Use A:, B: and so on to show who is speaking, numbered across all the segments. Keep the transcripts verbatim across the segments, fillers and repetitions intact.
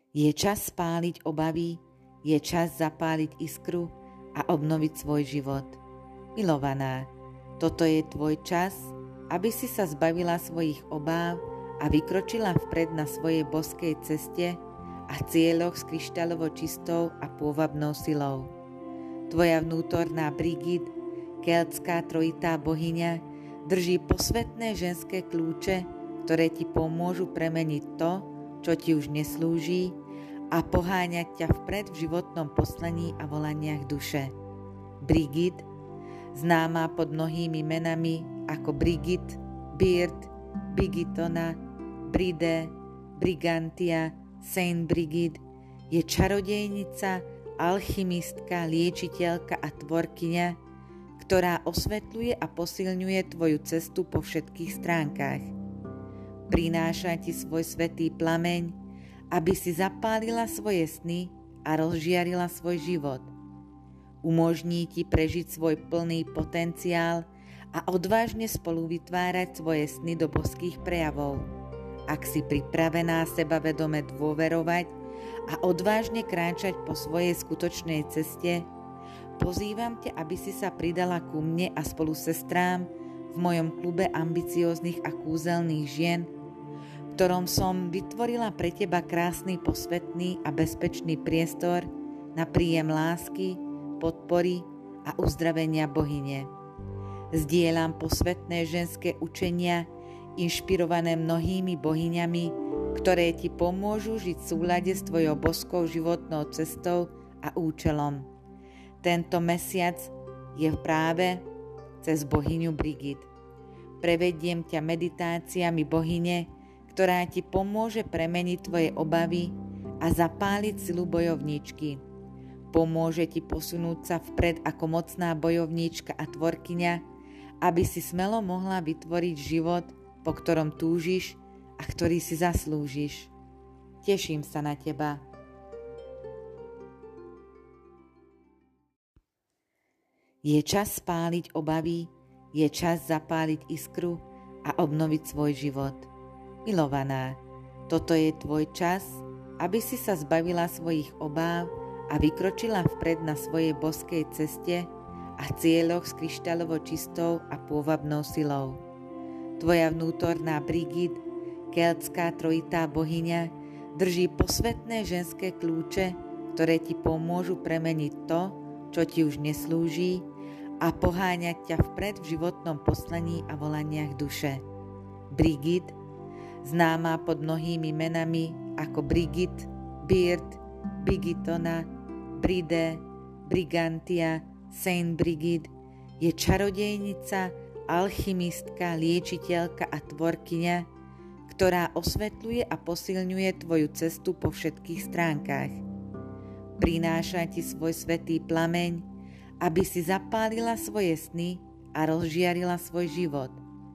A: Je čas spáliť obavy, je čas zapáliť iskru a obnoviť svoj život. Milovaná, toto je tvoj čas, aby si sa zbavila svojich obáv a vykročila vpred na svojej boskej ceste a cieľoch s kryštálovo čistou a pôvabnou silou. Tvoja vnútorná Brigid, keltská trojitá bohyňa, drží posvetné ženské kľúče, ktoré ti pomôžu premeniť to, čo ti už neslúži, a poháňať ťa vpred v životnom poslaní a volaniach duše. Brigid, známa pod mnohými menami ako Brigid, Bird, Brigitona, Bride, Brigantia, Saint Brigid, je čarodejnica, alchymistka, liečiteľka a tvorkyňa, ktorá osvetľuje a posilňuje tvoju cestu po všetkých stránkach. Prináša ti svoj svätý plameň, aby si zapálila svoje sny a rozžiarila svoj život. Umožní ti prežiť svoj plný potenciál a odvážne spolu vytvárať svoje sny do boských prejavov. Ak si pripravená sebavedome dôverovať a odvážne kráčať po svojej skutočnej ceste, pozývam ťa, aby si sa pridala ku mne a spolu sestrám v mojom klube ambicióznych a kúzelných žien, v ktorom som vytvorila pre teba krásny, posvetný a bezpečný priestor na príjem lásky, podpory a uzdravenia bohyne. Zdieľam posvetné ženské učenia, inšpirované mnohými bohyňami, ktoré ti pomôžu žiť v súlade s tvojou boskou životnou cestou a účelom. Tento mesiac je práve cez bohyňu Brigid. Prevediem ťa meditáciami bohyne, ktorá ti pomôže premeniť tvoje obavy a zapáliť silu bojovníčky. Pomôže ti posunúť sa vpred ako mocná bojovníčka a tvorkyňa, aby si smelo mohla vytvoriť život, po ktorom túžiš a ktorý si zaslúžiš. Teším sa na teba. Je čas spáliť obavy, je čas zapáliť iskru a obnoviť svoj život. Milovaná, toto je tvoj čas, aby si sa zbavila svojich obáv a vykročila vpred na svojej boskej ceste a cieľoch s kryštálovo čistou a pôvabnou silou. Tvoja vnútorná Brigid, keltská trojitá bohyňa, drží posvetné ženské kľúče, ktoré ti pomôžu premeniť to, čo ti už neslúži, a poháňať ťa vpred v životnom poslaní a volaniach duše. Brigid, známa pod mnohými menami ako Brigid, Bird, Brigitona, Bride, Brigantia, Saint Brigid, je čarodejnica, alchymistka, liečiteľka a tvorkyňa, ktorá osvetľuje a posilňuje tvoju cestu po všetkých stránkach. Prináša ti svoj svätý plameň, aby si zapálila svoje sny a rozžiarila svoj život.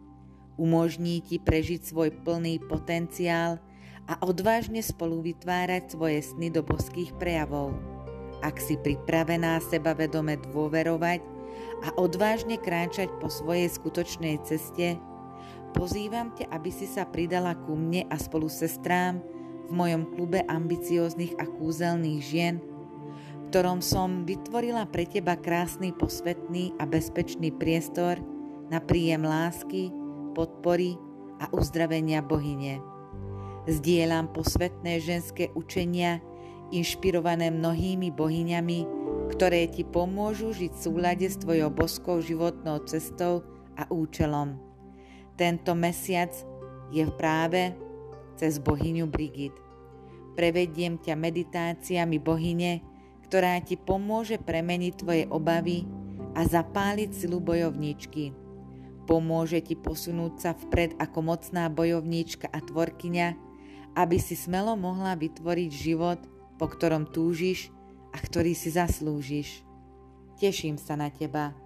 A: Umožní ti prežiť svoj plný potenciál a odvážne spolu vytvárať svoje sny do boských prejavov. Ak si pripravená sebavedome dôverovať a odvážne kráčať po svojej skutočnej ceste, pozývam ťa, aby si sa pridala ku mne a spolu sestrám v mojom klube ambicióznych a kúzelných žien, v ktorom som vytvorila pre teba krásny, posvetný a bezpečný priestor na príjem lásky, podpory a uzdravenia bohyne. Zdieľam posvetné ženské učenia, inšpirované mnohými bohyňami, ktoré ti pomôžu žiť v súlade s tvojou boskou životnou cestou a účelom. Tento mesiac je práve cez bohyňu Brigid. Prevediem ťa meditáciami bohyne, ktorá ti pomôže premeniť tvoje obavy a zapáliť silu bojovníčky. Pomôže ti posunúť sa vpred ako mocná bojovníčka a tvorkyňa, aby si smelo mohla vytvoriť život, po ktorom túžiš a ktorý si zaslúžiš. Teším sa na teba.